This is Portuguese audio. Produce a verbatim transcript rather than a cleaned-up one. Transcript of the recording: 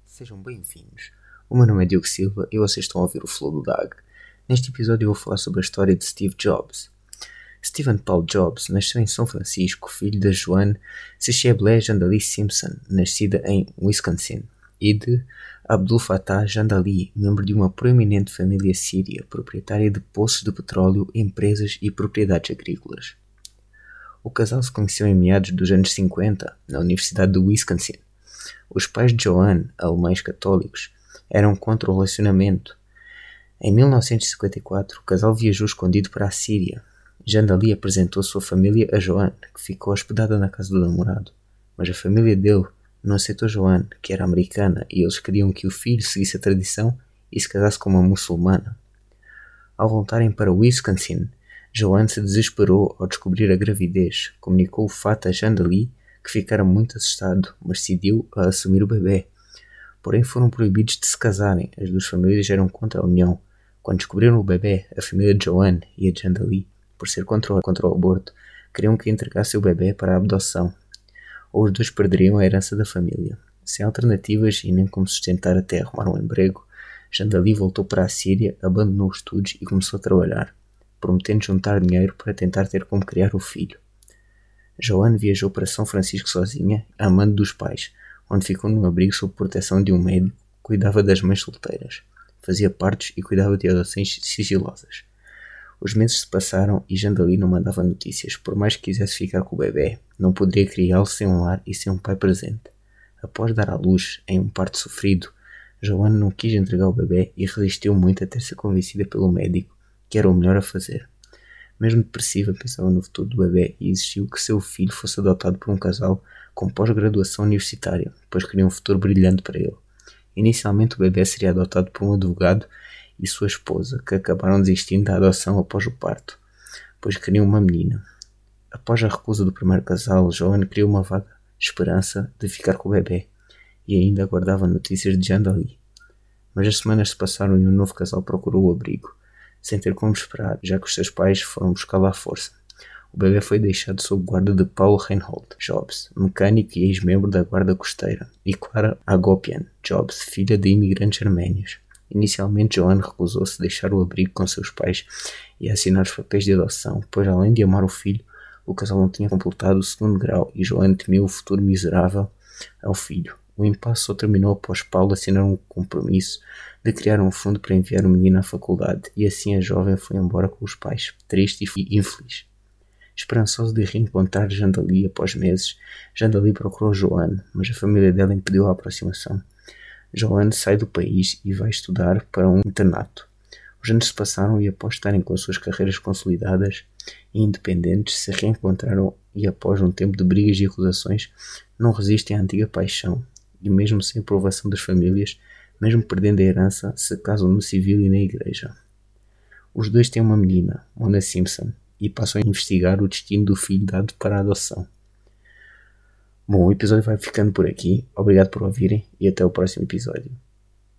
Sejam bem-vindos. O meu nome é Diogo Silva e vocês estão a ouvir o Flow do Dag. Neste episódio eu vou falar sobre a história de Steve Jobs. Stephen Paul Jobs nasceu em São Francisco, filho de Joanne Secheblet Jandali Simpson, nascida em Wisconsin, e de Abdul Fattah Jandali, membro de uma proeminente família síria, proprietária de poços de petróleo, empresas e propriedades agrícolas. O casal se conheceu em meados dos anos cinquenta, na Universidade de Wisconsin. Os pais de Joanne, alemães católicos, eram contra o relacionamento. Em mil novecentos e cinquenta e quatro, o casal viajou escondido para a Síria. Jandali apresentou sua família a Joanne, que ficou hospedada na casa do namorado. Mas a família dele não aceitou Joanne, que era americana, e eles queriam que o filho seguisse a tradição e se casasse com uma muçulmana. Ao voltarem para Wisconsin, Joanne se desesperou ao descobrir a gravidez. Comunicou o fato a Jandali, que ficara muito assustado, mas decidiu a assumir o bebê. Porém foram proibidos de se casarem, as duas famílias eram contra a união. Quando descobriram o bebê, a família de Joanne e a de Jandali, por ser contra o, contra o aborto, queriam que entregasse o bebê para a adoção, ou os dois perderiam a herança da família. Sem alternativas e nem como sustentar até arrumar um emprego, Jandali voltou para a Síria, abandonou os estudos e começou a trabalhar, prometendo juntar dinheiro para tentar ter como criar o filho. Joanne viajou para São Francisco sozinha, amando dos pais, onde ficou num abrigo sob proteção de um médico que cuidava das mães solteiras, fazia partos e cuidava de adoções sigilosas. Os meses se passaram e Jandali não mandava notícias. Por mais que quisesse ficar com o bebê, não poderia criá-lo sem um lar e sem um pai presente. Após dar à luz, em um parto sofrido, Joanne não quis entregar o bebê e resistiu muito até ser convencida pelo médico que era o melhor a fazer. Mesmo depressiva, pensava no futuro do bebê e exigiu que seu filho fosse adotado por um casal com pós-graduação universitária, pois queria um futuro brilhante para ele. Inicialmente o bebê seria adotado por um advogado e sua esposa, que acabaram desistindo da adoção após o parto, pois queriam uma menina. Após a recusa do primeiro casal, Joanne criou uma vaga esperança de ficar com o bebê e ainda aguardava notícias de Jandali. Mas as semanas se passaram e um novo casal procurou o abrigo, sem ter como esperar, já que os seus pais foram buscá-lo à força. O bebê foi deixado sob guarda de Paul Reinhold Jobs, mecânico e ex-membro da Guarda Costeira, e Clara Agopian Jobs, filha de imigrantes arménios. Inicialmente, Joanne recusou-se a deixar o abrigo com seus pais e a assinar os papéis de adoção, pois além de amar o filho, o casal não tinha completado o segundo grau e Joanne temia o futuro miserável ao filho. O impasse só terminou após Paulo assinar um compromisso de criar um fundo para enviar o menino à faculdade, e assim a jovem foi embora com os pais, triste e infeliz. Esperançoso de reencontrar Jandali após meses, Jandali procurou Joanne, mas a família dela impediu a aproximação. Joanne sai do país e vai estudar para um internato. Os anos se passaram e após estarem com as suas carreiras consolidadas e independentes, se reencontraram e após um tempo de brigas e acusações, não resistem à antiga paixão e mesmo sem aprovação das famílias, mesmo perdendo a herança, se casam no civil e na igreja. Os dois têm uma menina, Mona Simpson, e passam a investigar o destino do filho dado para a adoção. Bom, o episódio vai ficando por aqui. Obrigado por ouvirem e até o próximo episódio.